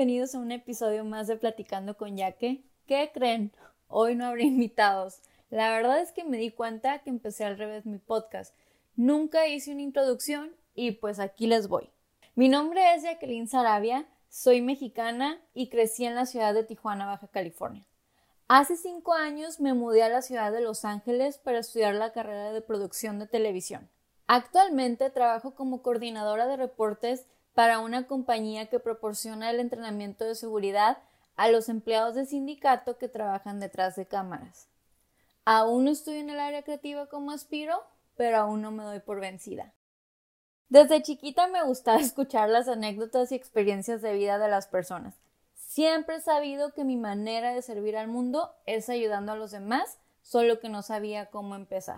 bienvenidos a un episodio más de Platicando con Yaque. ¿Qué creen? Hoy no habrá invitados. La verdad es que me di cuenta que empecé al revés mi podcast. Nunca hice una introducción y pues aquí les voy. Mi nombre es Jacqueline Sarabia, soy mexicana y crecí en la ciudad de Tijuana, Baja California. Hace 5 años me mudé a la ciudad de Los Ángeles para estudiar la carrera de producción de televisión. Actualmente trabajo como coordinadora de reportes para una compañía que proporciona el entrenamiento de seguridad a los empleados del sindicato que trabajan detrás de cámaras. Aún no estoy en el área creativa como aspiro, pero aún no me doy por vencida. Desde chiquita me gustaba escuchar las anécdotas y experiencias de vida de las personas. Siempre he sabido que mi manera de servir al mundo es ayudando a los demás, solo que no sabía cómo empezar.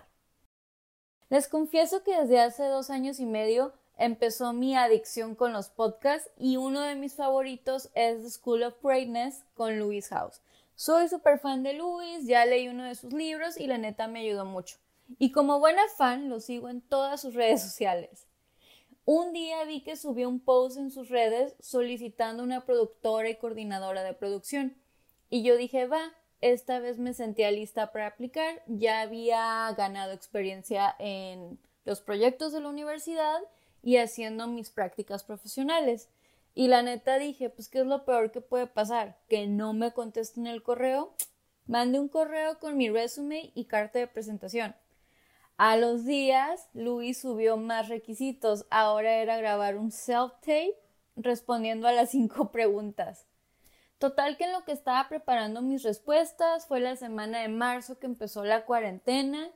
Les confieso que desde hace 2 años y medio empezó mi adicción con los podcasts y uno de mis favoritos es The School of Greatness con Lewis Howes. Soy súper fan de Lewis, ya leí uno de sus libros y la neta me ayudó mucho. Y como buena fan lo sigo en todas sus redes sociales. Un día vi que subió un post en sus redes solicitando una productora y coordinadora de producción. Y yo dije, va, esta vez me sentía lista para aplicar. Ya había ganado experiencia en los proyectos de la universidad y haciendo mis prácticas profesionales. Y la neta dije, pues ¿qué es lo peor que puede pasar? Que no me contesten el correo. Mandé un correo con mi resumen y carta de presentación. A los días, Luis subió más requisitos. Ahora era grabar un self-tape respondiendo a las 5 preguntas. Total que en lo que estaba preparando mis respuestas fue la semana de marzo que empezó la cuarentena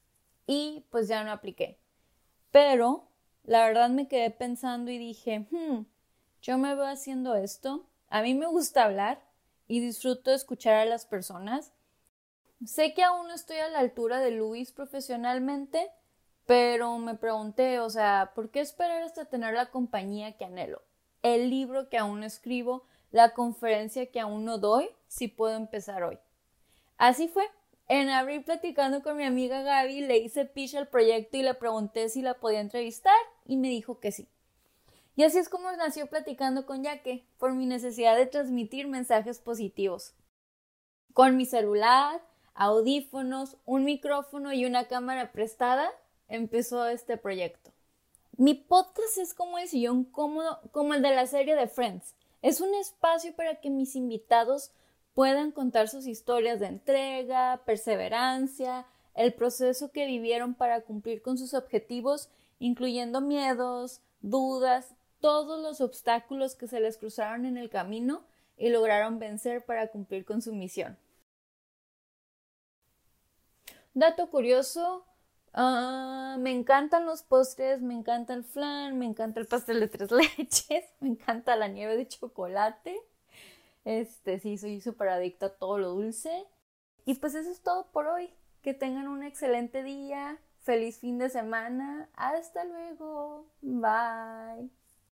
y pues ya no apliqué. Pero la verdad me quedé pensando y dije, yo me veo haciendo esto. A mí me gusta hablar y disfruto de escuchar a las personas. Sé que aún no estoy a la altura de Luis profesionalmente, pero me pregunté, ¿por qué esperar hasta tener la compañía que anhelo? El libro que aún no escribo, la conferencia que aún no doy, si puedo empezar hoy. Así fue. En abril, platicando con mi amiga Gaby, le hice pitch al proyecto y le pregunté si la podía entrevistar y me dijo que sí. Y así es como nació Platicando con Yaque, por mi necesidad de transmitir mensajes positivos. Con mi celular, audífonos, un micrófono y una cámara prestada, empezó este proyecto. Mi podcast es como el sillón cómodo, como el de la serie de Friends. Es un espacio para que mis invitados puedan contar sus historias de entrega, perseverancia, el proceso que vivieron para cumplir con sus objetivos, incluyendo miedos, dudas, todos los obstáculos que se les cruzaron en el camino y lograron vencer para cumplir con su misión. Dato curioso, me encantan los postres, me encanta el flan, me encanta el pastel de 3 leches, me encanta la nieve de chocolate. Sí, soy súper adicta a todo lo dulce. Y pues eso es todo por hoy. Que tengan un excelente día, feliz fin de semana. Hasta luego. Bye.